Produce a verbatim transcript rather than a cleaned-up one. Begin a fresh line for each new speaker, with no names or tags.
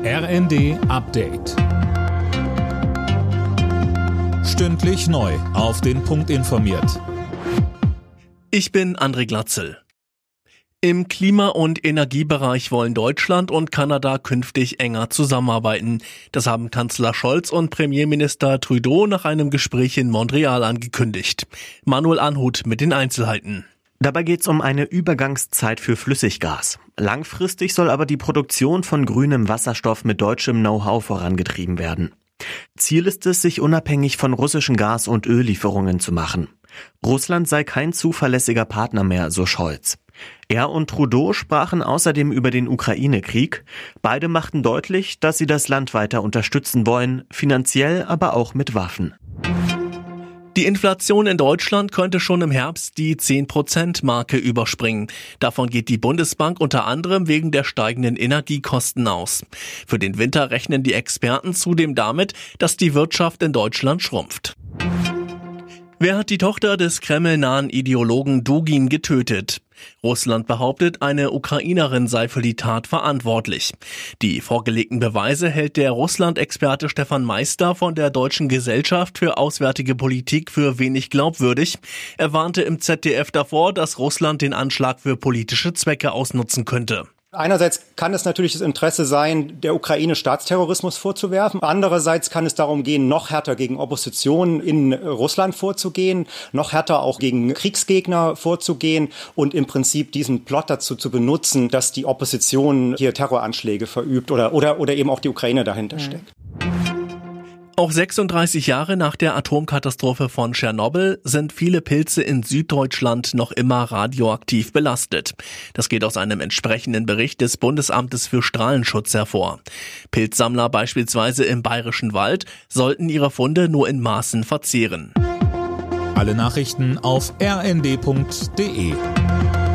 R N D Update. Stündlich neu auf den Punkt informiert.
Ich bin André Glatzel. Im Klima- und Energiebereich wollen Deutschland und Kanada künftig enger zusammenarbeiten. Das haben Kanzler Scholz und Premierminister Trudeau nach einem Gespräch in Montreal angekündigt. Manuel Anhut mit den Einzelheiten.
Dabei geht es um eine Übergangszeit für Flüssiggas. Langfristig soll aber die Produktion von grünem Wasserstoff mit deutschem Know-how vorangetrieben werden. Ziel ist es, sich unabhängig von russischen Gas- und Öllieferungen zu machen. Russland sei kein zuverlässiger Partner mehr, so Scholz. Er und Trudeau sprachen außerdem über den Ukraine-Krieg. Beide machten deutlich, dass sie das Land weiter unterstützen wollen, finanziell, aber auch mit Waffen.
Die Inflation in Deutschland könnte schon im Herbst die zehn Prozent Marke überspringen. Davon geht die Bundesbank unter anderem wegen der steigenden Energiekosten aus. Für den Winter rechnen die Experten zudem damit, dass die Wirtschaft in Deutschland schrumpft. Wer hat die Tochter des kremlnahen Ideologen Dugin getötet? Russland behauptet, eine Ukrainerin sei für die Tat verantwortlich. Die vorgelegten Beweise hält der Russland-Experte Stefan Meister von der Deutschen Gesellschaft für Auswärtige Politik für wenig glaubwürdig. Er warnte im Z D F davor, dass Russland den Anschlag für politische Zwecke ausnutzen könnte.
Einerseits kann es natürlich das Interesse sein, der Ukraine Staatsterrorismus vorzuwerfen. Andererseits kann es darum gehen, noch härter gegen Opposition in Russland vorzugehen, noch härter auch gegen Kriegsgegner vorzugehen und im Prinzip diesen Plot dazu zu benutzen, dass die Opposition hier Terroranschläge verübt oder, oder, oder eben auch die Ukraine dahinter steckt.
Auch sechsunddreißig Jahre nach der Atomkatastrophe von Tschernobyl sind viele Pilze in Süddeutschland noch immer radioaktiv belastet. Das geht aus einem entsprechenden Bericht des Bundesamtes für Strahlenschutz hervor. Pilzsammler beispielsweise im Bayerischen Wald sollten ihre Funde nur in Maßen verzehren.
Alle Nachrichten auf r n d punkt d e.